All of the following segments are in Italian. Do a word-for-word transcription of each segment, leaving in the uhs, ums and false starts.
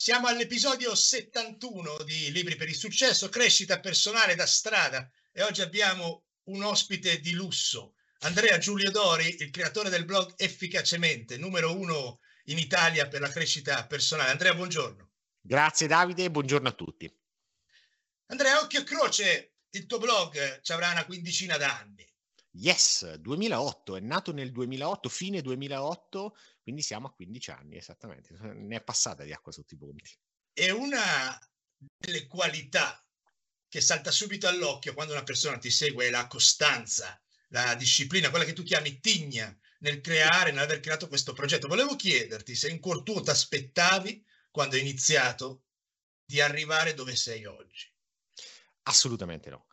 Siamo all'episodio settantuno di Libri per il successo, crescita personale da strada, e oggi abbiamo un ospite di lusso, Andrea Giulio Dori, il creatore del blog Efficacemente, numero uno in Italia per la crescita personale. Andrea, buongiorno. Grazie Davide, buongiorno a tutti. Andrea, occhio e croce, il tuo blog ci avrà una quindicina d'anni. Yes, duemilaotto, è nato nel duemilaotto, fine duemilaotto, quindi siamo a quindici anni, esattamente. Ne è passata di acqua sotto i ponti. E una delle qualità che salta subito all'occhio quando una persona ti segue è la costanza, la disciplina, quella che tu chiami tigna nel creare, nell'aver creato questo progetto. Volevo chiederti se in cuor tuo ti aspettavi, quando hai iniziato, di arrivare dove sei oggi. Assolutamente no.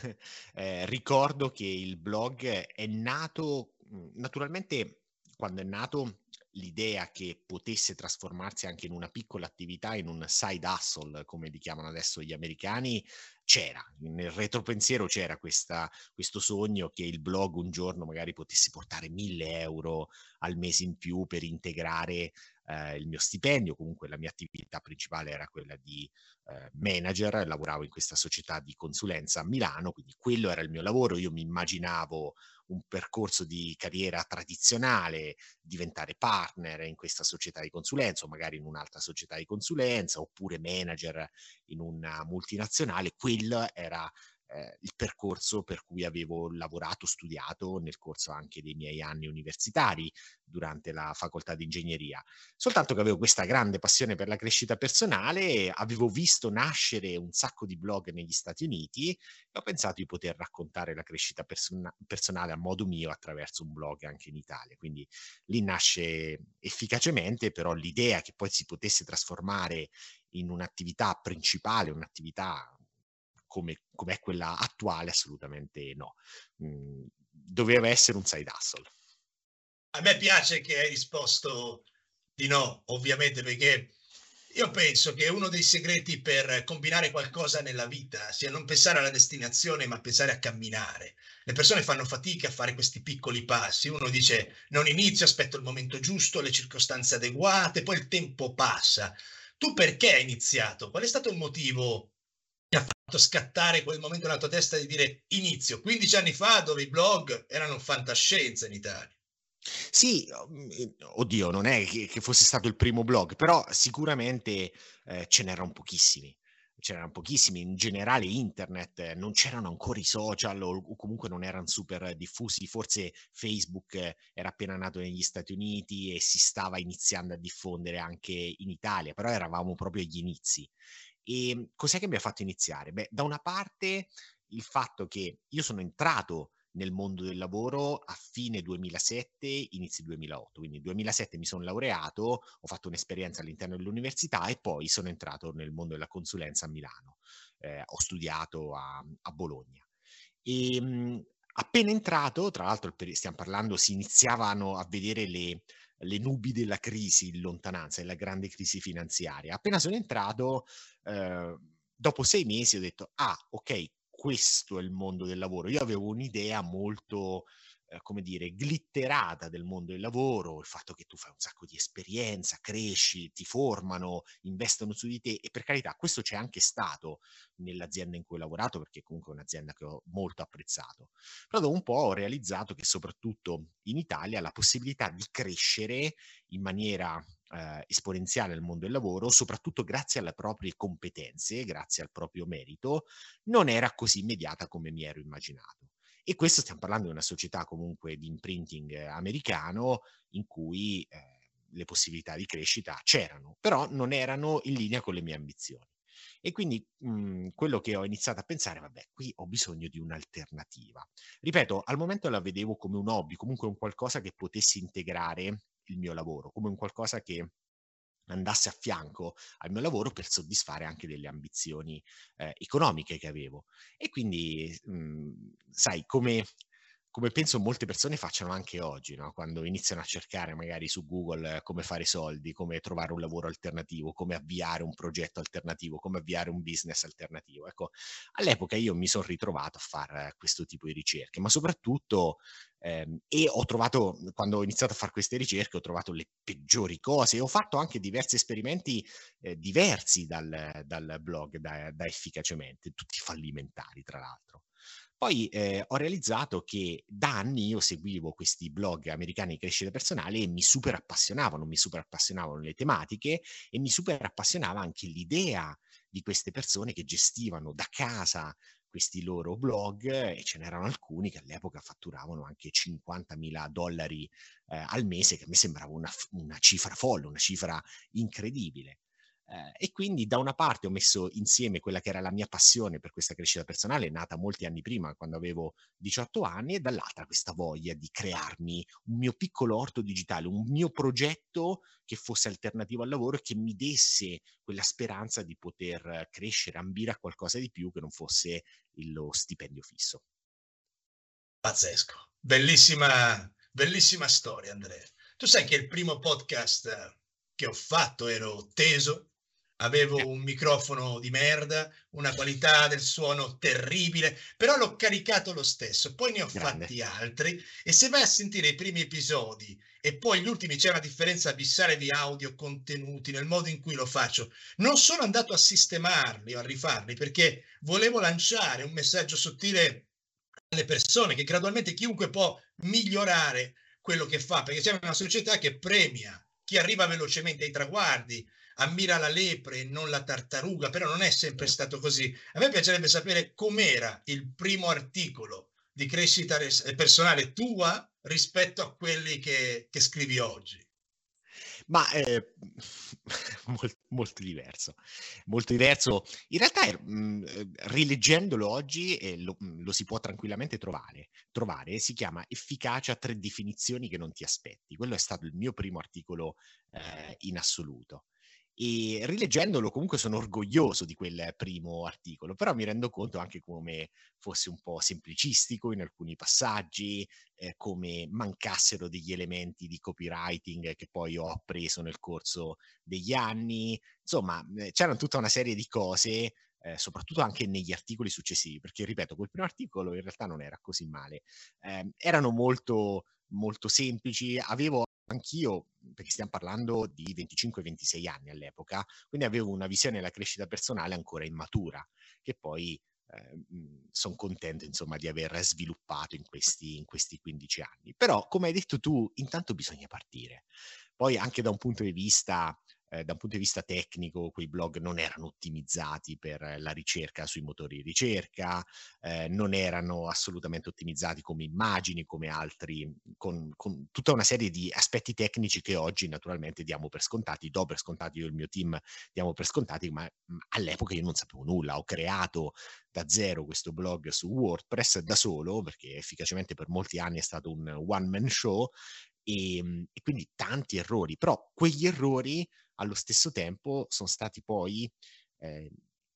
eh, ricordo che il blog è nato, mh, naturalmente quando è nato l'idea che potesse trasformarsi anche in una piccola attività, in un side hustle, come li chiamano adesso gli americani, c'era. Nel retropensiero c'era questa, questo sogno che il blog un giorno magari potesse portare mille euro al mese in più per integrare eh, il mio stipendio. Comunque la mia attività principale era quella di eh, manager, lavoravo in questa società di consulenza a Milano, quindi quello era il mio lavoro. Io mi immaginavo un percorso di carriera tradizionale, diventare partner in questa società di consulenza o magari in un'altra società di consulenza, oppure manager in una multinazionale. Quello era eh, il percorso per cui avevo lavorato, studiato nel corso anche dei miei anni universitari durante la facoltà di ingegneria. Soltanto che avevo questa grande passione per la crescita personale, avevo visto nascere un sacco di blog negli Stati Uniti e ho pensato di poter raccontare la crescita persona- personale a modo mio attraverso un blog anche in Italia. Quindi lì nasce Efficacemente, però l'idea che poi si potesse trasformare in un'attività principale, un'attività come, come è quella attuale, assolutamente no. Mm, doveva essere un side hustle. A me piace che hai risposto di no, ovviamente, perché io penso che uno dei segreti per combinare qualcosa nella vita sia non pensare alla destinazione, ma pensare a camminare. Le persone fanno fatica a fare questi piccoli passi. Uno dice non inizio, aspetto il momento giusto, le circostanze adeguate, poi il tempo passa. Tu perché hai iniziato? Qual è stato il motivo che ha fatto scattare quel momento nella tua testa di dire inizio? quindici anni fa, dove i blog erano fantascienza in Italia. Sì, mhmm, ehm, oddio, non è che che fosse stato il primo blog, però sicuramente, ehm, ce n'eran pochissimi. C'eran pochissimi. In generale internet, eh, non c'erano ancora i social o o comunque non eran super diffusi. Forse Facebook eh, era appena nato negli Stati Uniti e si stava iniziando a diffondere anche in Italia, però eravamo proprio agli inizi. Ehm, cos'è che mi ha fatto iniziare? Beh, da una parte il fatto che io sono entrato nel mondo del lavoro a fine duemilasette, inizi duemilaotto. Quindi duemilasette mi son laureato, ho fatto un'esperienza all'interno dell'università e poi sono entrato nel mondo della consulenza a Milano. Ehm, ho studiato a a Bologna. Ehm, appena entrato, tra l'altro il peri stiam parlando si iniziavano a vedere le le nubi della crisi in lontananza, della grande crisi finanziaria. Appena sono entrato, ehm, dopo sei mesi ho detto: "Ah, okay, questo è il mondo del lavoro." Io avevo un'idea molto, ehm, come dire, glitterata del mondo del lavoro, il fatto che tu fai un sacco di esperienza, cresci, ti formano, investono su di te, e per carità questo c'è anche stato nell'azienda in cui ho lavorato, perché comunque è un'azienda che ho molto apprezzato. Però dopo un po' ho realizzato che soprattutto in Italia la possibilità di crescere in maniera eh, esponenziale nel mondo del lavoro, soprattutto grazie alle proprie competenze, grazie al proprio merito, non era così immediata come mi ero immaginato. E questo stiamo parlando di una società comunque di imprinting eh, americano in cui eh, le possibilità di crescita c'erano, però non erano in linea con le mie ambizioni. E quindi, mhmm, quello che ho iniziato a pensare: "Vabbè, qui ho bisogno di un'alternativa." Ripeto, al momento la vedevo come un hobby, comunque un qualcosa che potesse integrare il mio lavoro, come un qualcosa che andasse a fianco al mio lavoro per soddisfare anche delle ambizioni, ehm, economiche che avevo. E quindi, mhmm, sai, come come penso molte persone facciano anche oggi, no? Quando iniziano a cercare magari su Google eh, come fare soldi, come trovare un lavoro alternativo, come avviare un progetto alternativo, come avviare un business alternativo. Ecco, all'epoca io mi sono ritrovato a fare questo tipo di ricerche, ma soprattutto ehm, e ho trovato, quando ho iniziato a fare queste ricerche, ho trovato le peggiori cose e ho fatto anche diversi esperimenti eh, diversi dal, dal blog, da, da Efficacemente, tutti fallimentari tra l'altro. Poi eh, ho realizzato che da anni io seguivo questi blog americani di crescita personale e mi super appassionavano, mi super appassionavano le tematiche e mi super appassionava anche l'idea di queste persone che gestivano da casa questi loro blog e ce n'erano alcuni che all'epoca fatturavano anche cinquantamila dollari eh, al mese, che a me sembrava una, una cifra folle, una cifra incredibile. Eh, e quindi da una parte ho messo insieme quella che era la mia passione per questa crescita personale, nata molti anni prima, quando avevo diciotto anni, e dall'altra questa voglia di crearmi un mio piccolo orto digitale, un mio progetto che fosse alternativo al lavoro e che mi desse quella speranza di poter crescere, ambire a qualcosa di più che non fosse il- lo stipendio fisso. Pazzesco, bellissima, bellissima storia, Andrea. Tu sai che il primo podcast che ho fatto ero teso, avevo un microfono di merda, una qualità del suono terribile, però l'ho caricato lo stesso. Poi ne ho Grande. fatti altri e se vai a sentire i primi episodi e poi gli ultimi, c'è una differenza abissale di audio, contenuti, nel modo in cui lo faccio. Non sono andato a sistemarli o a rifarli perché volevo lanciare un messaggio sottile alle persone, che gradualmente chiunque può migliorare quello che fa, perché c'è una società che premia chi arriva velocemente ai traguardi, ammira la lepre e non la tartaruga, però non è sempre stato così. A me piacerebbe sapere com'era il primo articolo di crescita personale tua rispetto a quelli che, che scrivi oggi. Ma eh, mol- molto diverso, molto diverso. In realtà, er- mh, eh, rileggendolo oggi, eh, lo, mh, lo si può tranquillamente trovare. Trovare, si chiama Efficacia, tre definizioni che non ti aspetti. Quello è stato il mio primo articolo eh, in assoluto. E rileggendolo comunque sono orgoglioso di quel primo articolo, però mi rendo conto anche come fosse un po' semplicistico in alcuni passaggi, eh, come mancassero degli elementi di copywriting che poi ho appreso nel corso degli anni. Insomma, eh, c'erano tutta una serie di cose, eh, soprattutto anche negli articoli successivi, perché ripeto, quel primo articolo in realtà non era così male. Eh, erano molto, molto semplici, avevo anch'io, perché stiamo parlando di venticinque ventisei anni all'epoca, quindi avevo una visione della crescita personale ancora immatura, che poi eh, sono contento insomma di aver sviluppato in questi, in questi quindici anni. Però, come hai detto tu, intanto bisogna partire. Poi anche da un punto di vista eh, da un punto di vista tecnico, quei blog non erano ottimizzati per la ricerca sui motori di ricerca, eh, non erano assolutamente ottimizzati come immagini, come altri, con, con tutta una serie di aspetti tecnici che oggi naturalmente diamo per scontati, do per scontati, io e il mio team diamo per scontati, ma mh, all'epoca io non sapevo nulla, ho creato da zero questo blog su WordPress da solo, perché efficacemente per molti anni è stato un one man show, e, e quindi tanti errori, però quegli errori allo stesso tempo sono stati poi eh,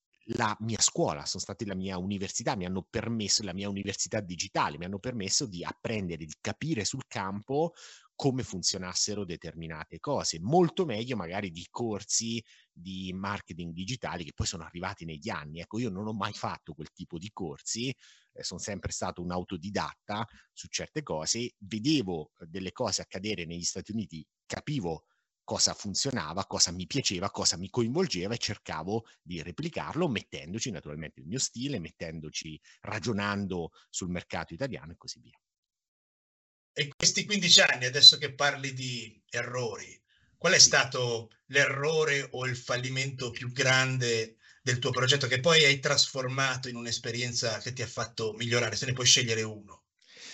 la mia scuola, sono stati la mia università, mi hanno permesso, la mia università digitale, mi hanno permesso di apprendere, di capire sul campo come funzionassero determinate cose, molto meglio magari di corsi di marketing digitali che poi sono arrivati negli anni. Ecco, io non ho mai fatto quel tipo di corsi, eh, sono sempre stato un autodidatta su certe cose, vedevo delle cose accadere negli Stati Uniti, capivo cosa funzionava, cosa mi piaceva, cosa mi coinvolgeva e cercavo di replicarlo mettendoci naturalmente il mio stile, mettendoci, ragionando sul mercato italiano e così via. E in questi quindici anni, adesso che parli di errori, qual è Sì. stato l'errore o il fallimento più grande del tuo progetto che poi hai trasformato in un'esperienza che ti ha fatto migliorare? Se ne puoi scegliere uno.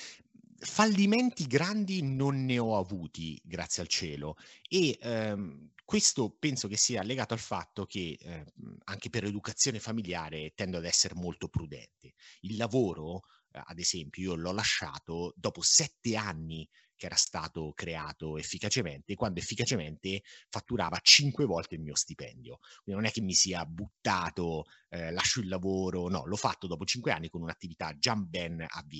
Fallimenti grandi non ne ho avuti, grazie al cielo, e ehm, questo penso che sia legato al fatto che eh, anche per educazione familiare tendo ad essere molto prudente. Il lavoro, eh, ad esempio, io l'ho lasciato dopo sette anni che era stato creato efficacemente, quando efficacemente fatturava cinque volte il mio stipendio. Quindi non è che mi sia buttato, eh, lascio il lavoro, no, l'ho fatto dopo cinque anni con un'attività già ben avviata.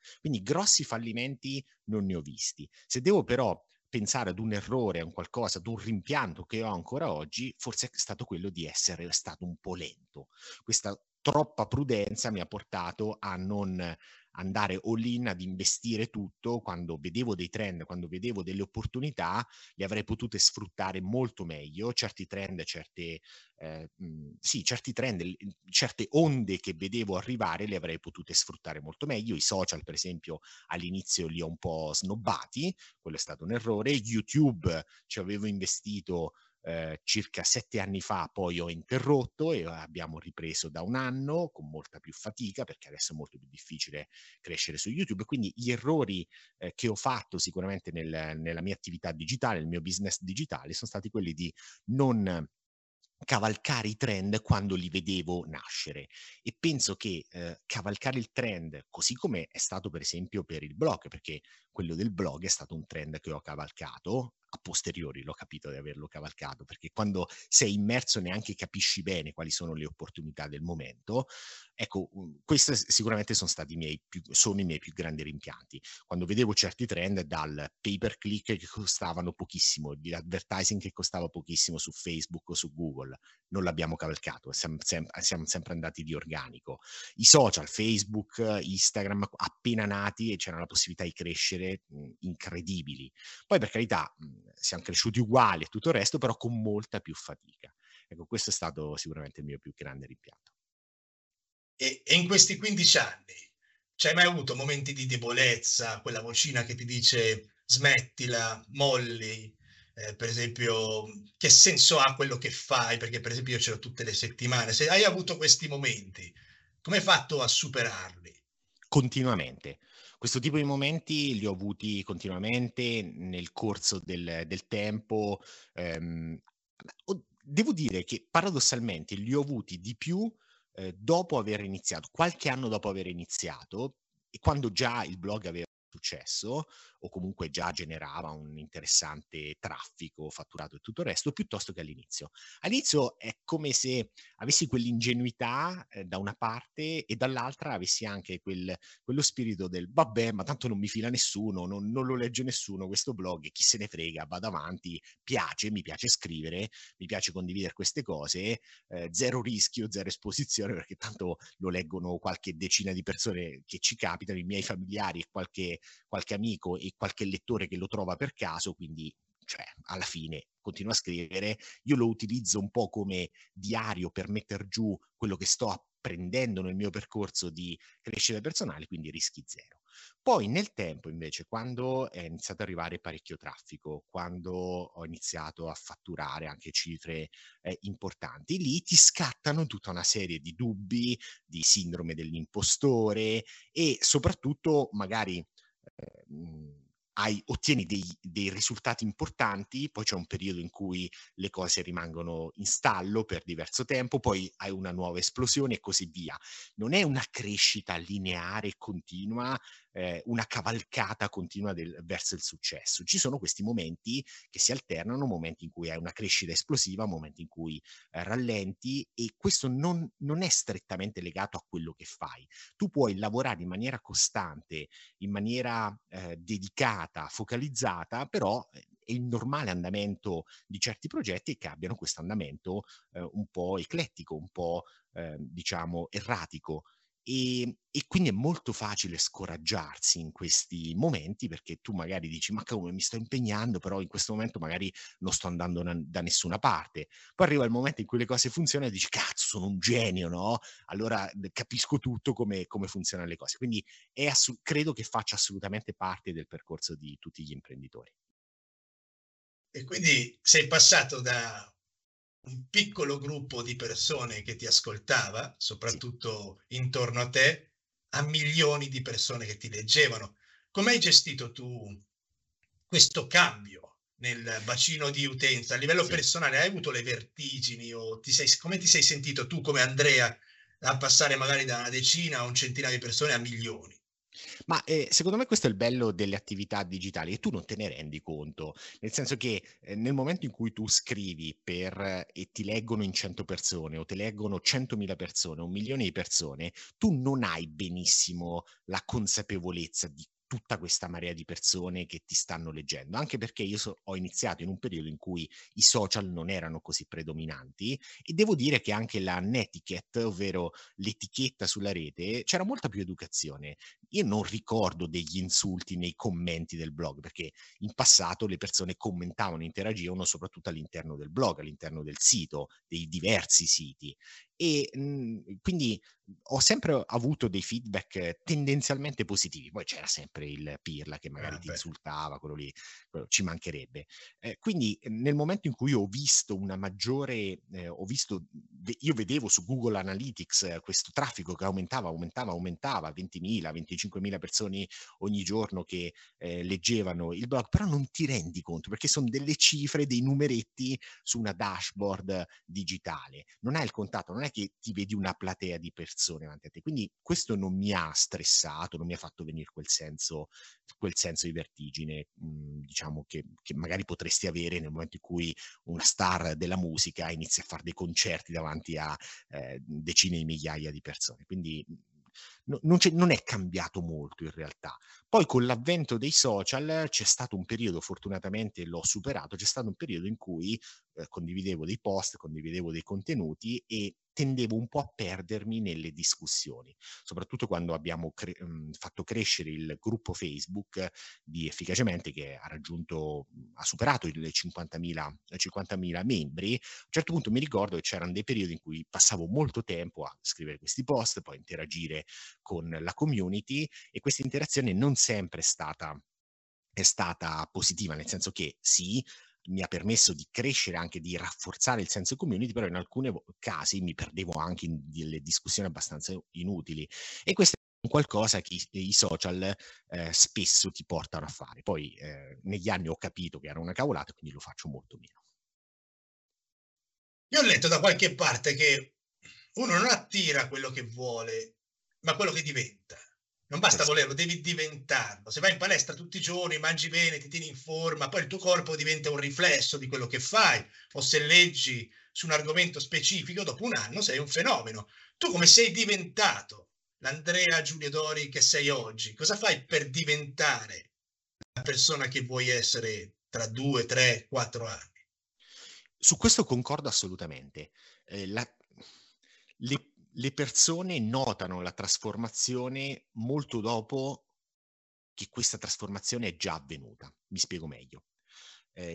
Quindi grossi fallimenti non ne ho visti. Se devo però pensare ad un errore, a un qualcosa, ad un rimpianto che ho ancora oggi, forse è stato quello di essere stato un po' lento. Questa troppa prudenza mi ha portato a non andare all in, ad investire tutto. Quando vedevo dei trend, quando vedevo delle opportunità, le avrei potute sfruttare molto meglio. Certi trend, certe, eh, mh, sì, certi trend, l- certe onde che vedevo arrivare le avrei potute sfruttare molto meglio. I social, per esempio, all'inizio li ho un po' snobbati, quello è stato un errore. YouTube ci avevo investito eh, circa sette anni fa, poi ho interrotto e abbiamo ripreso da un anno con molta più fatica, perché adesso è molto più difficile crescere su YouTube. Quindi gli errori eh, che ho fatto sicuramente nel, nella mia attività digitale, nel mio business digitale, sono stati quelli di non cavalcare i trend quando li vedevo nascere. E penso che eh, cavalcare il trend, così come è stato per esempio per il blog, perché quello del blog è stato un trend che ho cavalcato, a posteriori l'ho capito di averlo cavalcato, perché quando sei immerso neanche capisci bene quali sono le opportunità del momento. Ecco, questi sicuramente sono stati i miei più, sono i miei più grandi rimpianti. Quando vedevo certi trend, dal pay per click che costavano pochissimo, di advertising che costava pochissimo su Facebook o su Google, non l'abbiamo cavalcato, siamo, sem- siamo sempre andati di organico. I social, Facebook, Instagram, appena nati e c'era la possibilità di crescere mh, incredibili. Poi per carità mh, siamo cresciuti uguali e tutto il resto, però con molta più fatica. Ecco, questo è stato sicuramente il mio più grande rimpianto. E, e in questi quindici anni c'hai mai avuto momenti di debolezza, quella vocina che ti dice smettila, molli, eh, per esempio, che senso ha quello che fai? Perché per esempio io ce l'ho tutte le settimane. Se hai avuto questi momenti, come hai fatto a superarli? Continuamente. Questo tipo di momenti li ho avuti continuamente nel corso del del tempo. ehm, o Devo dire che paradossalmente li ho avuti di più, ehm, dopo aver iniziato, qualche anno dopo aver iniziato, e quando già il blog aveva successo, o comunque già generava un interessante traffico, fatturato e tutto il resto, piuttosto che all'inizio. All'inizio è come se avessi quell'ingenuità, ehm, da una parte, e dall'altra avessi anche quel quello spirito del: "Vabbè, ma tanto non mi fila nessuno, non non lo legge nessuno questo blog, chi se ne frega, vado avanti, piace, mi piace scrivere, mi piace condividere queste cose, ehm, zero rischio, zero esposizione, perché tanto lo leggono qualche decina di persone che ci capitano, i miei familiari e qualche qualche amico e qualche lettore che lo trova per caso, quindi cioè alla fine continua a scrivere. Io lo utilizzo un po' come diario per metter giù quello che sto apprendendo nel mio percorso di crescita personale, quindi rischi zero. Poi nel tempo invece, quando è iniziato ad arrivare parecchio traffico, quando ho iniziato a fatturare anche cifre eh, importanti, lì ti scattano tutta una serie di dubbi, di sindrome dell'impostore, e soprattutto magari eh, mh, hai, ottieni dei, dei risultati importanti, poi c'è un periodo in cui le cose rimangono in stallo per diverso tempo, poi hai una nuova esplosione e così via. Non è una crescita lineare e continua, eh, una cavalcata continua del, verso il successo. Ci sono questi momenti che si alternano, momenti in cui hai una crescita esplosiva, momenti in cui eh, rallenti, e questo non, non è strettamente legato a quello che fai. Tu puoi lavorare in maniera costante, in maniera eh, dedicata, focalizzata, però eh, è il normale andamento di certi progetti che abbiano questo andamento eh, un po' eclettico, un po' eh, diciamo erratico. E, e quindi è molto facile scoraggiarsi in questi momenti, perché tu magari dici: ma come mi sto impegnando, però in questo momento magari non sto andando na- da nessuna parte. Poi arriva il momento in cui le cose funzionano e dici: cazzo, sono un genio, no? Allora d- capisco tutto come, come funzionano le cose. Quindi è assu- credo che faccia assolutamente parte del percorso di tutti gli imprenditori. E quindi sei passato da un piccolo gruppo di persone che ti ascoltava, Sì. soprattutto intorno a te, a milioni di persone che ti leggevano. Come hai gestito tu questo cambio nel bacino di utenza? A livello Sì. personale, hai avuto le vertigini o ti sei, come ti sei sentito tu come Andrea a passare magari da una decina a un centinaio di persone a milioni? Ma, ehm, secondo me questo è il bello delle attività digitali e tu non te ne rendi conto. Nel senso che, ehm, nel momento in cui tu scrivi per e ti leggono in cento persone o te leggono centomila persone, un milione di persone, tu non hai benissimo la consapevolezza di tutta questa marea di persone che ti stanno leggendo. Anche perché io so ho iniziato in un periodo in cui i social non erano così predominanti e devo dire che anche la netiquette, ovvero l'etichetta sulla rete, c'era molta più educazione. Io non ricordo degli insulti nei commenti del blog, perché in passato le persone commentavano, interagivano soprattutto all'interno del blog, all'interno del sito, dei diversi siti. E, mhmm, quindi ho sempre avuto dei feedback tendenzialmente positivi. Poi c'era sempre il pirla che magari Ah, ti beh. insultava, quello lì, quello ci mancherebbe. Ehm, quindi ehm, nel momento in cui ho visto una maggiore ehm, ho visto ve io vedevo su Google Analytics eh, questo traffico che aumentava, aumentava, aumentava, ventimila, venticinquemila persone ogni giorno che, ehm, leggevano il blog, però non ti rendi conto, perché son delle cifre, dei numeretti su una dashboard digitale. Non hai il contatto, non è che ti vedi una platea di persone davanti a te. Quindi questo non mi ha stressato, non mi ha fatto venir quel senso quel senso di vertigine, mhmm, diciamo che che magari potresti avere nel momento in cui una star della musica inizia a far dei concerti davanti a, ehm, decine di migliaia di persone. Quindi, mhmm, no non c'è non è cambiato molto in realtà. Poi con l'avvento dei social c'è stato un periodo, fortunatamente l'ho superato, c'è stato un periodo in cui, ehm, condividevo dei post, condividevo dei contenuti e tendevo un po' a perdermi nelle discussioni, soprattutto quando abbiamo cre mhmm, fatto crescere il gruppo Facebook di Efficacemente che ha raggiunto mhmm, ha superato il cinquantamila cinquantamila membri. A un certo punto mi ricordo che c'eran dei periodi in cui passavo molto tempo a scrivere questi post, poi a interagire con la community e questa interazione non sempre è stata è stata positiva, nel senso che sì, mi ha permesso di crescere, anche di rafforzare il senso di community, però in alcune vo casi mi perdevo anche in delle discussioni abbastanza inutili e questo è un qualcosa che i i social, ehm, spesso ti portano a fare. Poi, ehm, negli anni ho capito che era una cavolata, quindi lo faccio molto meno. Io ho letto da qualche parte che uno non attira quello che vuole, ma quello che diventa. Non Eh basta sì. volerlo, devi diventarlo. Se vai in palestra tutti i giorni, mangi bene, ti tieni in forma, poi il tuo corpo diventa un riflesso di quello che fai. O se leggi su un argomento specifico, dopo un anno sei un fenomeno. Tu come sei diventato l'Andrea Giulio Dori che sei oggi? Cosa fai per diventare la persona che vuoi essere tra due, tre, quattro anni? Su questo concordo assolutamente. Ehm, la le le persone notano la trasformazione molto dopo che questa trasformazione è già avvenuta. Mi spiego meglio. Ehm,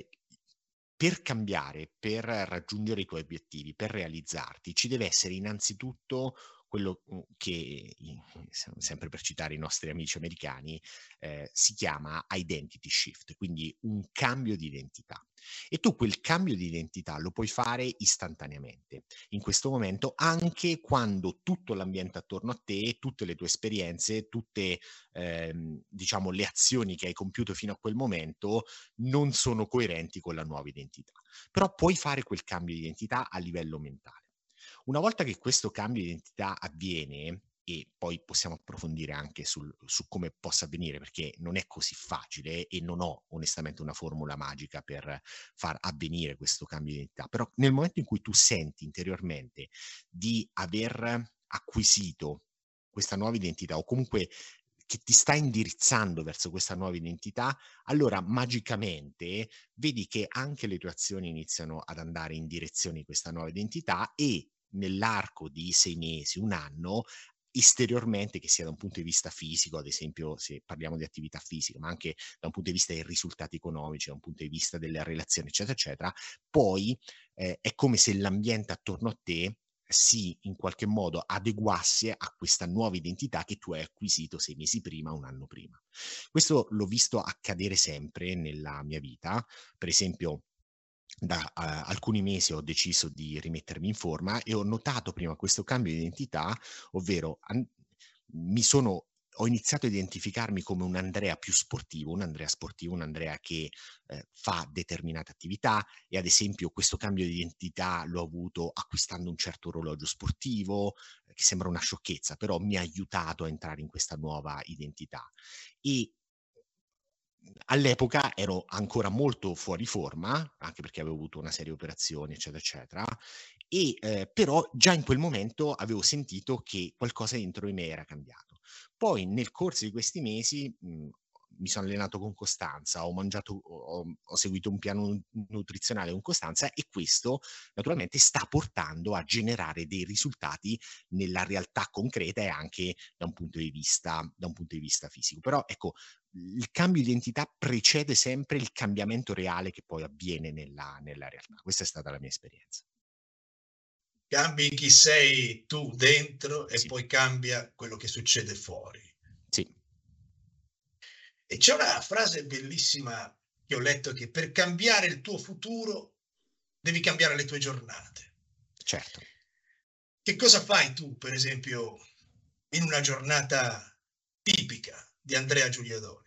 per cambiare, per raggiungere i tuoi obiettivi, per realizzarti, ci deve essere innanzitutto quello, mhmm, che i sem sempre per citare i nostri amici americani, ehm, si chiama identity shift, quindi un cambio di identità. E tu quel cambio di identità lo puoi fare istantaneamente, in questo momento, anche quando tutto l'ambiente attorno a te, tutte le tue esperienze, tutte, ehm, diciamo le azioni che hai compiuto fino a quel momento non sono coerenti con la nuova identità. Però puoi fare quel cambio di identità a livello mentale. Una volta che questo cambio di identità avviene, e poi possiamo approfondire anche sul su come possa avvenire, perché non è così facile e non ho onestamente una formula magica per far avvenire questo cambio di identità, però nel momento in cui tu senti interiormente di aver acquisito questa nuova identità o comunque che ti sta indirizzando verso questa nuova identità, allora magicamente vedi che anche le tue azioni iniziano ad andare in direzione di questa nuova identità e nell'arco di sei mesi, un anno, esteriormente, che sia da un punto di vista fisico, ad esempio se parliamo di attività fisica, ma anche da un punto di vista dei risultati economici, da un punto di vista delle relazioni, eccetera, eccetera, poi, ehm, è come se l'ambiente attorno a te si, in qualche modo, adeguasse a questa nuova identità che tu hai acquisito sei mesi prima, un anno prima. Questo l'ho visto accadere sempre nella mia vita. Per esempio, da, uhm, alcuni mesi ho deciso di rimettermi in forma e ho notato prima questo cambio di identità, ovvero an mi sono ho iniziato a identificarmi come un Andrea più sportivo, un Andrea sportivo, un Andrea che, ehm, fa determinate attività e ad esempio questo cambio di identità l'ho avuto acquistando un certo orologio sportivo, che sembra una sciocchezza, però mi ha aiutato a entrare in questa nuova identità. E all'epoca ero ancora molto fuori forma, anche perché avevo avuto una serie di operazioni, eccetera, eccetera, e ehm, però già in quel momento avevo sentito che qualcosa dentro di me era cambiato. Poi nel corso di questi mesi, mhmm, mi sono allenato con costanza, ho mangiato ho ho ho seguito un piano nu nutrizionale con costanza e questo naturalmente sta portando a generare dei risultati nella realtà concreta e anche da un punto di vista da un punto di vista fisico. Però ecco, il cambio di identità precede sempre il cambiamento reale che poi avviene nella nella realtà. Questa è stata la mia esperienza. Cambi chi sei tu dentro e Sì, poi cambia quello che succede fuori. sì, E c'è una frase bellissima che ho letto che per cambiare il tuo futuro devi cambiare le tue giornate. certo. Che cosa fai tu, per esempio, in una giornata tipica di Andrea Giuliadori?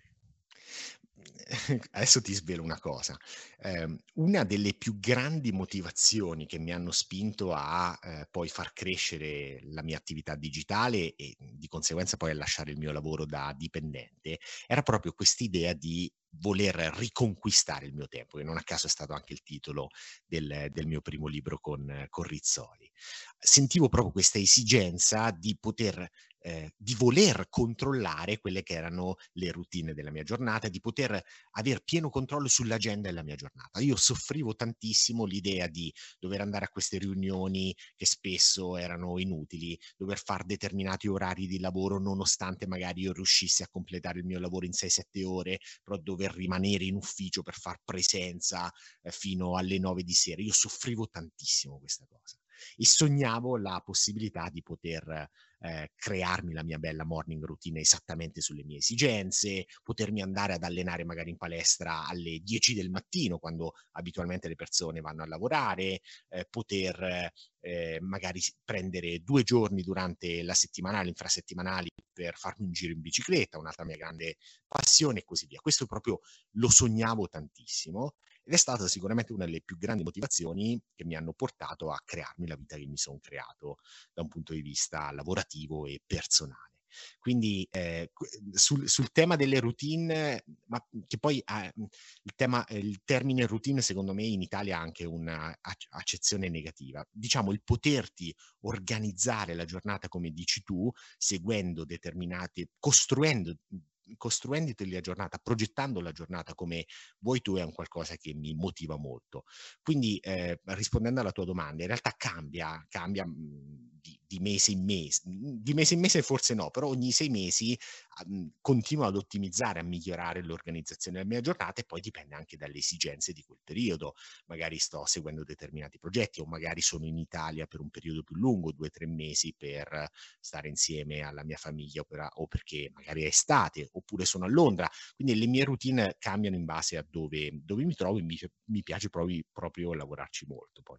Adesso ti svelo una cosa. Ehm, una delle più grandi motivazioni che mi hanno spinto a, ehm, poi far crescere la mia attività digitale e, mhmm, di conseguenza poi a lasciare il mio lavoro da dipendente, era proprio quest'idea di voler riconquistare il mio tempo, che non a caso è stato anche il titolo del del mio primo libro con con Rizzoli. Sentivo proprio questa esigenza di poter ehm, di voler controllare quelle che erano le routine della mia giornata, di poter aver pieno controllo sull'agenda della mia giornata. Io soffrivo tantissimo l'idea di dover andare a queste riunioni che spesso erano inutili, dover far determinati orari di lavoro nonostante magari io riuscissi a completare il mio lavoro in sei, sette ore, però dover rimanere in ufficio per far presenza, ehm, fino alle nove di sera. Io soffrivo tantissimo questa cosa e sognavo la possibilità di poter ehm, crearmi la mia bella morning routine esattamente sulle mie esigenze, potermi andare ad allenare magari in palestra alle dieci del mattino, quando abitualmente le persone vanno a lavorare, ehm, poter, ehm, magari s prendere due giorni durante la settimanale, infrasettimanali, per farmi un giro in bicicletta, un'altra mia grande passione e così via. Questo proprio lo sognavo tantissimo ed è stata sicuramente una delle più grandi motivazioni che mi hanno portato a crearmi la vita che mi son creato da un punto di vista lavorativo e personale. Quindi, ehm, que sul sul tema delle routine, ma che poi ha mhmm, il tema ehm, il termine routine secondo me in Italia ha anche una ac accezione negativa. Diciamo il poterti organizzare la giornata come dici tu, seguendo determinate costruendo mhmm, costruendoti la giornata, progettando la giornata come vuoi tu, è un qualcosa che mi motiva molto. Quindi, ehm, rispondendo alla tua domanda, in realtà cambia cambia, mhmm, di di mese in mese mhmm, di mese in mese forse no, però ogni sei mesi, a mhmm, continuo ad ottimizzare, a migliorare l'organizzazione della mia giornata e poi dipende anche dalle esigenze di quel periodo. Magari sto seguendo determinati progetti o magari sono in Italia per un periodo più lungo, due, tre mesi per stare insieme alla mia famiglia o per a o perché magari è estate, oppure sono a Londra. Quindi le mie routine cambiano in base a dove dove mi trovo e mi f mi piace provi proprio lavorarci molto poi.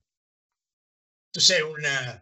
Tu sei un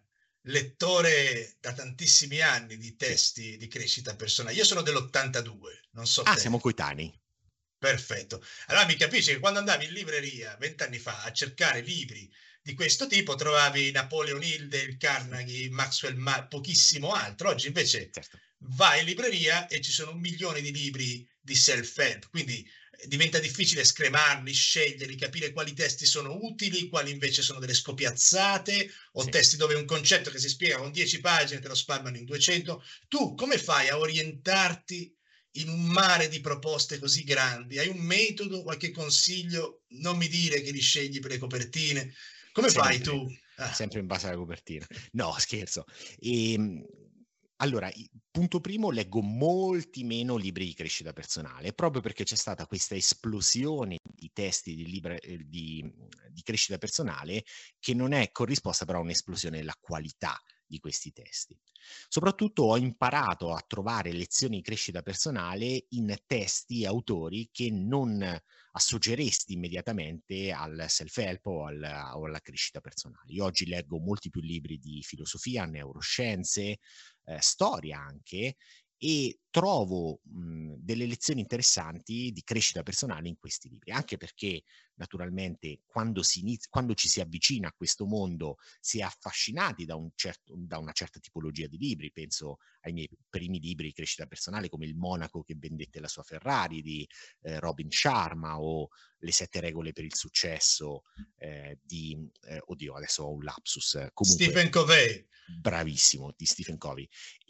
lettore da tantissimi anni di Sì. testi di crescita personale. Io sono dell'ottantadue, non so Ah, siamo te. coetanei. Perfetto. Allora mi capisci che quando andavi in libreria venti anni fa a cercare libri di questo tipo trovavi Napoleon Hill, Dale Sì, Carnegie, Maxwell Ma pochissimo altro. Oggi invece certo. vai in libreria e ci sono un milione di libri di self-help, quindi eh, diventa difficile scremarli, sceglierli, capire quali testi sono utili, quali invece sono delle scopiazzate o Sì. testi dove un concetto che si spiega con dieci pagine te lo spalmano in duecento. Tu come fai a orientarti in un mare di proposte così grandi? Hai un metodo, qualche consiglio? Non mi dire che li scegli per le copertine. Come fai Sempre, tu? Ah, sempre in base alla copertina. No, scherzo. Ehm, allora, i punto primo, leggo molti meno libri di crescita personale, proprio perché c'è stata questa esplosione di testi di libre ehm, di mhmm, di crescita personale che non è corrisposta però a un'esplosione della qualità di questi testi. Soprattutto ho imparato a trovare lezioni di crescita personale in testi e autori che non associeresti immediatamente al self-help o, al, o alla crescita personale. Io oggi leggo molti più libri di filosofia, neuroscienze, eh, storia anche, e trovo mh, delle lezioni interessanti di crescita personale in questi libri, anche perché naturalmente quando, si inizia, quando ci si avvicina a questo mondo si è affascinati da, un certo, da una certa tipologia di libri. Penso ai miei primi libri di crescita personale come Il monaco che vendette la sua Ferrari di eh, Robin Sharma, o Le sette regole per il successo eh, di, eh, oddio adesso ho un lapsus, eh, comunque Stephen Covey. bravissimo, di Stephen Covey.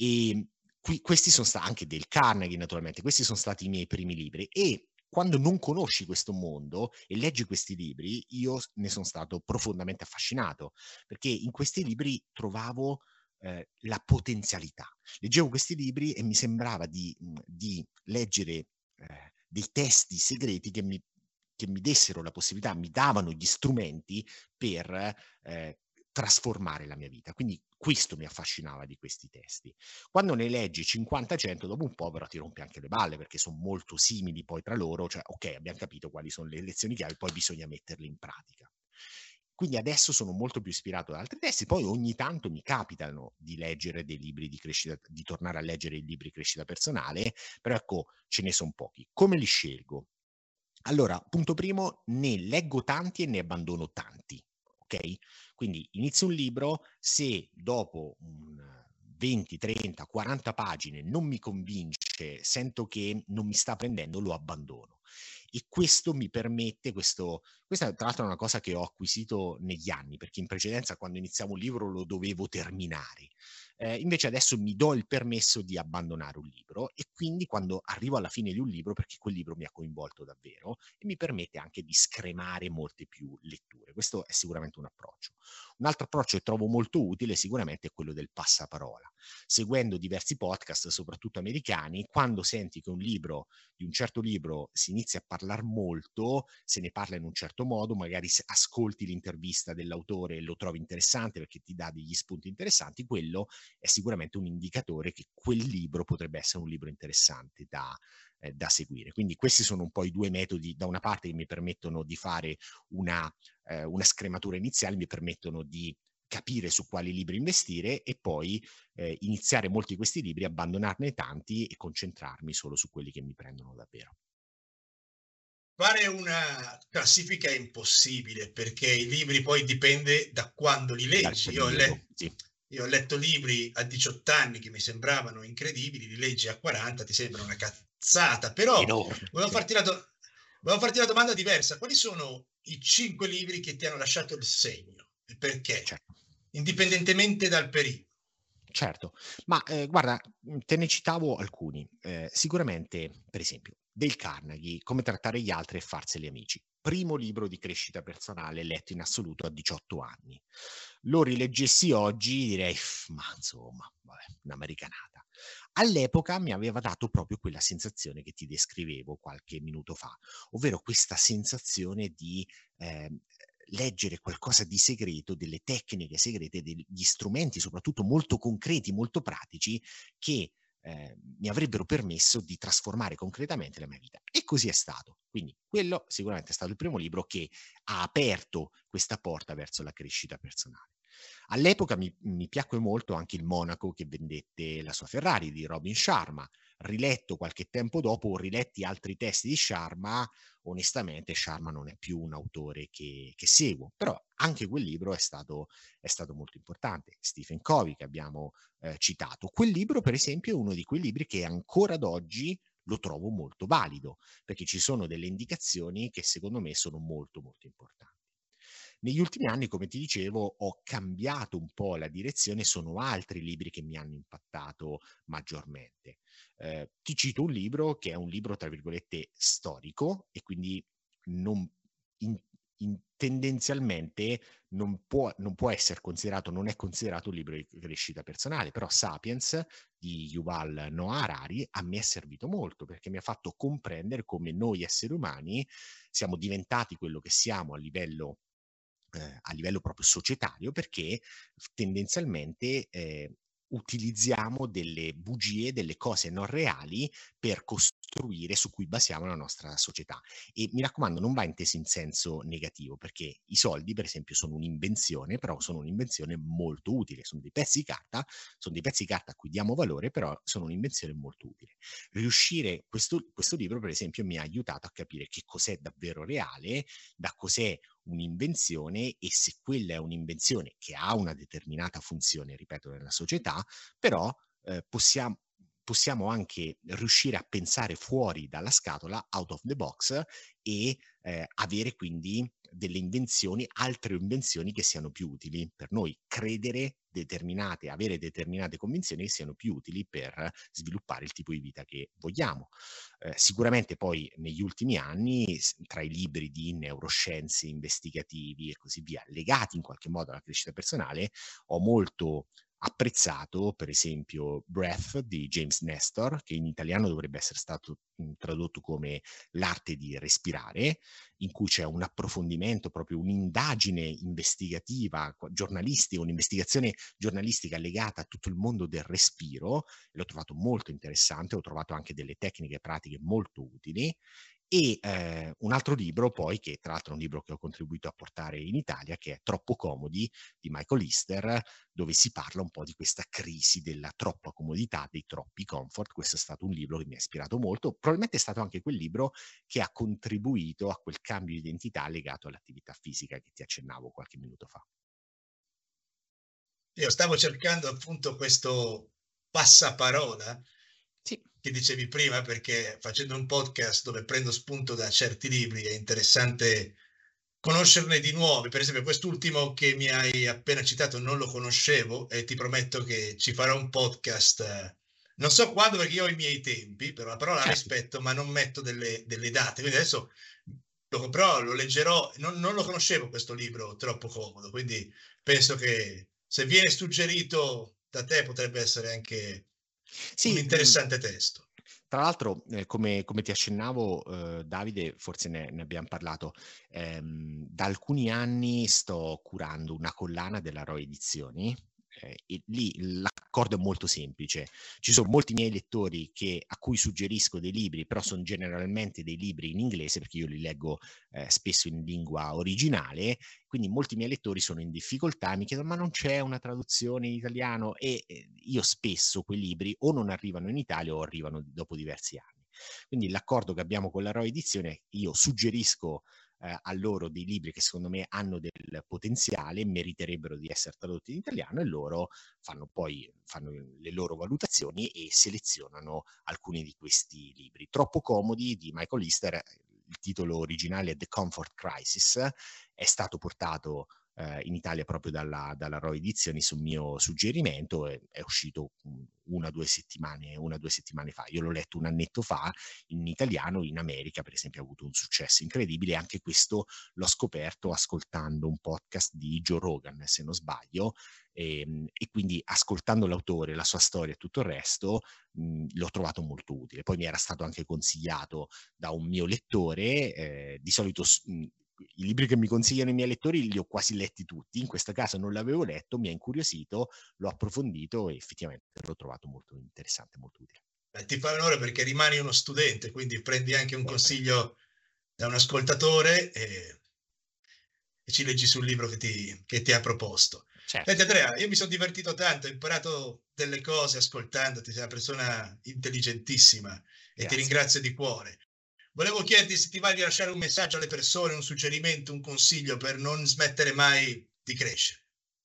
E qui, questi sono stati anche del Carnegie, naturalmente, questi sono stati i miei primi libri, e quando non conosci questo mondo e leggi questi libri, io ne sono stato profondamente affascinato, perché in questi libri trovavo eh, la potenzialità. Leggevo questi libri e mi sembrava di, di leggere eh, dei testi segreti che mi, che mi dessero la possibilità, mi davano gli strumenti per eh, trasformare la mia vita. Quindi questo mi affascinava di questi testi. Quando ne leggi cinquanta cento, dopo un po' però ti rompi anche le balle, perché sono molto simili poi tra loro, cioè ok, abbiamo capito quali sono le lezioni chiave, poi bisogna metterle in pratica. Quindi adesso sono molto più ispirato ad altri testi, poi ogni tanto mi capitano di leggere dei libri di crescita, di tornare a leggere i libri di crescita personale, però ecco, ce ne sono pochi. Come li scelgo? Allora, punto primo, ne leggo tanti e ne abbandono tanti, ok? Quindi inizio un libro, se dopo un venti, trenta, quaranta pagine non mi convince, sento che non mi sta prendendo, lo abbandono. E questo mi permette, questo, questa tra l'altro è una cosa che ho acquisito negli anni, perché in precedenza quando iniziavo un libro lo dovevo terminare. Eh, invece adesso mi do il permesso di abbandonare un libro, e quindi quando arrivo alla fine di un libro, perché quel libro mi ha coinvolto davvero, e mi permette anche di scremare molte più letture. Questo è sicuramente un approccio. Un altro approccio che trovo molto utile sicuramente è quello del passaparola. Seguendo diversi podcast, soprattutto americani, quando senti che un libro, di un certo libro, si inizia a parlare molto, se ne parla in un certo modo, magari ascolti l'intervista dell'autore e lo trovi interessante perché ti dà degli spunti interessanti, quello è sicuramente un indicatore che quel libro potrebbe essere un libro interessante da, eh, da seguire. Quindi questi sono un po' i due metodi, da una parte che mi permettono di fare una, eh, una scrematura iniziale, mi permettono di capire su quali libri investire, e poi eh, iniziare molti di questi libri, abbandonarne tanti e concentrarmi solo su quelli che mi prendono davvero. Fare una classifica è impossibile, perché i libri poi dipende da quando li Dal leggi. Io ho, periodo, le- sì. io ho letto libri a diciotto anni che mi sembravano incredibili, li leggi a quaranta, ti sembra una cazzata. Però Enorme, volevo sì. farti la, do- volevo farti una domanda diversa. Quali sono i cinque libri che ti hanno lasciato il segno e perché? Certo. Indipendentemente dal periodo. Certo, ma eh, guarda, mhmm, te ne citavo alcuni. Eh, sicuramente, per esempio, Dale Carnegie, Come trattare gli altri e farseli amici. Primo libro di crescita personale letto in assoluto a diciotto anni. Lo rileggessi oggi, direi, "Ff, ma insomma, vabbè, un'americanata." All'epoca mi aveva dato proprio quella sensazione che ti descrivevo qualche minuto fa, ovvero questa sensazione di ehm, leggere qualcosa di segreto, delle tecniche segrete, degli strumenti soprattutto molto concreti, molto pratici, che eh, mi avrebbero permesso di trasformare concretamente la mia vita. E così è stato. Quindi quello sicuramente è stato il primo libro che ha aperto questa porta verso la crescita personale. All'epoca mi, mi piacque molto anche Il monaco che vendette la sua Ferrari di Robin Sharma. Riletto qualche tempo dopo, ho riletti altri testi di Sharma. Onestamente Sharma non è più un autore che, che seguo, però anche quel libro è stato, è stato molto importante. Stephen Covey che abbiamo eh, citato. Quel libro, per esempio, è uno di quei libri che ancora ad oggi lo trovo molto valido, perché ci sono delle indicazioni che secondo me sono molto molto importanti. Negli ultimi anni, come ti dicevo, ho cambiato un po' la direzione, sono altri libri che mi hanno impattato maggiormente. Eh, ti cito un libro che è un libro, tra virgolette, storico, e quindi non, in, in, tendenzialmente non può, non può essere considerato, non è considerato un libro di crescita personale, però Sapiens di Yuval Noah Harari a me è servito molto, perché mi ha fatto comprendere come noi esseri umani siamo diventati quello che siamo a livello eh, a livello proprio societario, perché tendenzialmente eh, utilizziamo delle bugie, delle cose non reali per costruire su cui basiamo la nostra società. E mi raccomando, non va inteso in senso negativo, perché i soldi, per esempio, sono un'invenzione, però sono un'invenzione molto utile, sono dei pezzi di carta, sono dei pezzi di carta a cui diamo valore, però sono un'invenzione molto utile. Riuscire, questo, questo libro, per esempio, mi ha aiutato a capire che cos'è davvero reale, da cos'è un'invenzione e se quella è un'invenzione che ha una determinata funzione, ripeto, nella società, però eh, possiamo, possiamo anche riuscire a pensare fuori dalla scatola, out of the box, e eh, avere quindi delle invenzioni, altre invenzioni che siano più utili per noi, credere determinate, avere determinate convinzioni che siano più utili per sviluppare il tipo di vita che vogliamo. Eh, sicuramente poi negli ultimi anni, tra i libri di neuroscienze, investigativi e così via, legati in qualche modo alla crescita personale, ho molto apprezzato, per esempio, Breath di James Nestor, che in italiano dovrebbe essere stato mh, tradotto come l'arte di respirare, in cui c'è un approfondimento, proprio un'indagine investigativa, giornalistica, un'investigazione giornalistica legata a tutto il mondo del respiro. L'ho trovato molto interessante, ho trovato anche delle tecniche pratiche molto utili. E eh, un altro libro poi, che tra l'altro è un libro che ho contribuito a portare in Italia, che è Troppo comodi di Michael Lister, dove si parla un po' di questa crisi della troppa comodità, dei troppi comfort. Questo è stato un libro che mi ha ispirato molto, probabilmente è stato anche quel libro che ha contribuito a quel cambio di identità legato all'attività fisica che ti accennavo qualche minuto fa. Io stavo cercando appunto questo passaparola Sì. che dicevi prima, perché facendo un podcast dove prendo spunto da certi libri è interessante conoscerne di nuovi. Per esempio quest'ultimo che mi hai appena citato non lo conoscevo e ti prometto che ci farò un podcast, non so quando perché io ho i miei tempi, però la parola Certo. rispetto, ma non metto delle, delle date. Quindi adesso lo, però lo leggerò, non, non lo conoscevo questo libro Troppo comodo, quindi penso che se viene suggerito da te potrebbe essere anche un Sì, mh, interessante testo. tra l'altro, eh, come, come ti accennavo, eh, Davide, forse ne, ne abbiamo parlato, ehm, da alcuni anni sto curando una collana della Roy Edizioni, eh, e lì l'accordo è molto semplice. Ci sono molti miei lettori che, a cui suggerisco dei libri, però sono generalmente dei libri in inglese, perché io li leggo eh, spesso in lingua originale, quindi molti miei lettori sono in difficoltà, mi chiedono ma non c'è una traduzione in italiano, e eh, io spesso quei libri o non arrivano in Italia o arrivano dopo diversi anni. Quindi l'accordo che abbiamo con la Roy Edizione, io suggerisco eh, a loro dei libri che secondo me hanno del potenziale, meriterebbero di essere tradotti in italiano, e loro fanno poi fanno le loro valutazioni e selezionano alcuni di questi libri. Troppo comodi di Michael Lister, il titolo originale è The Comfort Crisis, è stato portato eh, in Italia proprio dalla, dalla Roy Edizioni su mio suggerimento, e è uscito una o due settimane, una o due settimane fa. Io l'ho letto un annetto fa in italiano. In America, per esempio, ha avuto un successo incredibile. Anche questo l'ho scoperto ascoltando un podcast di Joe Rogan, se non sbaglio, e, e quindi ascoltando l'autore, la sua storia e tutto il resto, mh, l'ho trovato molto utile. Poi mi era stato anche consigliato da un mio lettore, eh, di solito mh, i libri che mi consigliano i miei lettori li ho quasi letti tutti, in questo caso non l'avevo letto, mi ha incuriosito, l'ho approfondito e effettivamente l'ho trovato molto interessante, molto utile. Eh, ti fa onore perché rimani uno studente, quindi prendi anche un Sempre. consiglio da un ascoltatore e, e ci leggi sul libro che ti, che ti ha proposto. Certo. Senti Andrea, io mi sono divertito tanto, ho imparato delle cose ascoltandoti, sei una persona intelligentissima e ti Grazie. ringrazio di cuore. Volevo chiederti se ti va di lasciare un messaggio alle persone, un suggerimento, un consiglio per non smettere mai di crescere.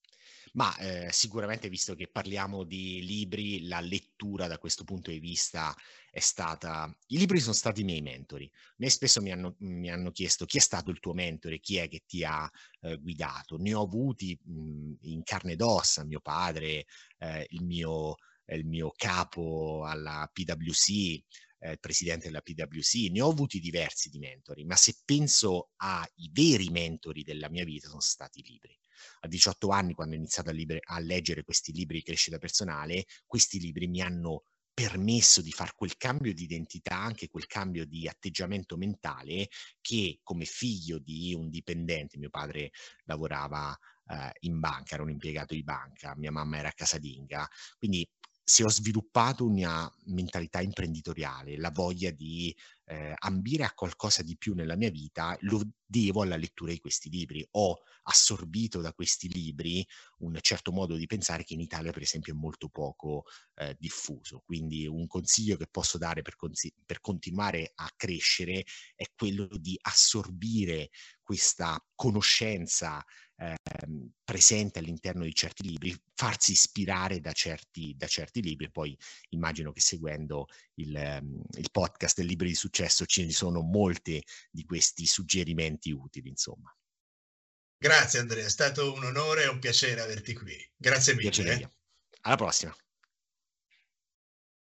Ma eh, sicuramente, visto che parliamo di libri, la lettura da questo punto di vista è stata... I libri sono stati i miei mentori. A me spesso mi hanno, mi hanno chiesto chi è stato il tuo mentore, chi è che ti ha eh, guidato. Ne ho avuti mh, in carne ed ossa, mio padre, eh, il mio, il mio capo alla P W C, eh, il presidente della P W C. Ne ho avuti diversi di mentori, ma se penso ai veri mentori della mia vita sono stati i libri. A diciotto anni, quando ho iniziato a, libre, a leggere questi libri di crescita personale, questi libri mi hanno permesso di fare quel cambio di identità, anche quel cambio di atteggiamento mentale che, come figlio di un dipendente, mio padre lavorava eh, in banca, ero un impiegato di banca, mia mamma era casalinga, quindi se ho sviluppato una mentalità imprenditoriale, la voglia di eh, ambire a qualcosa di più nella mia vita, lo devo alla lettura di questi libri. Ho assorbito da questi libri un certo modo di pensare che in Italia, per esempio, è molto poco eh, diffuso. Quindi un consiglio che posso dare per, consi- per continuare a crescere è quello di assorbire questa conoscenza ehm, presente all'interno di certi libri, farsi ispirare da certi, da certi libri, e poi immagino che seguendo il, ehm, il podcast del Libri di Successo ci sono molti di questi suggerimenti utili, insomma. Grazie Andrea, è stato un onore e un piacere averti qui. Grazie mille. Piacere Eh. mio. Alla prossima.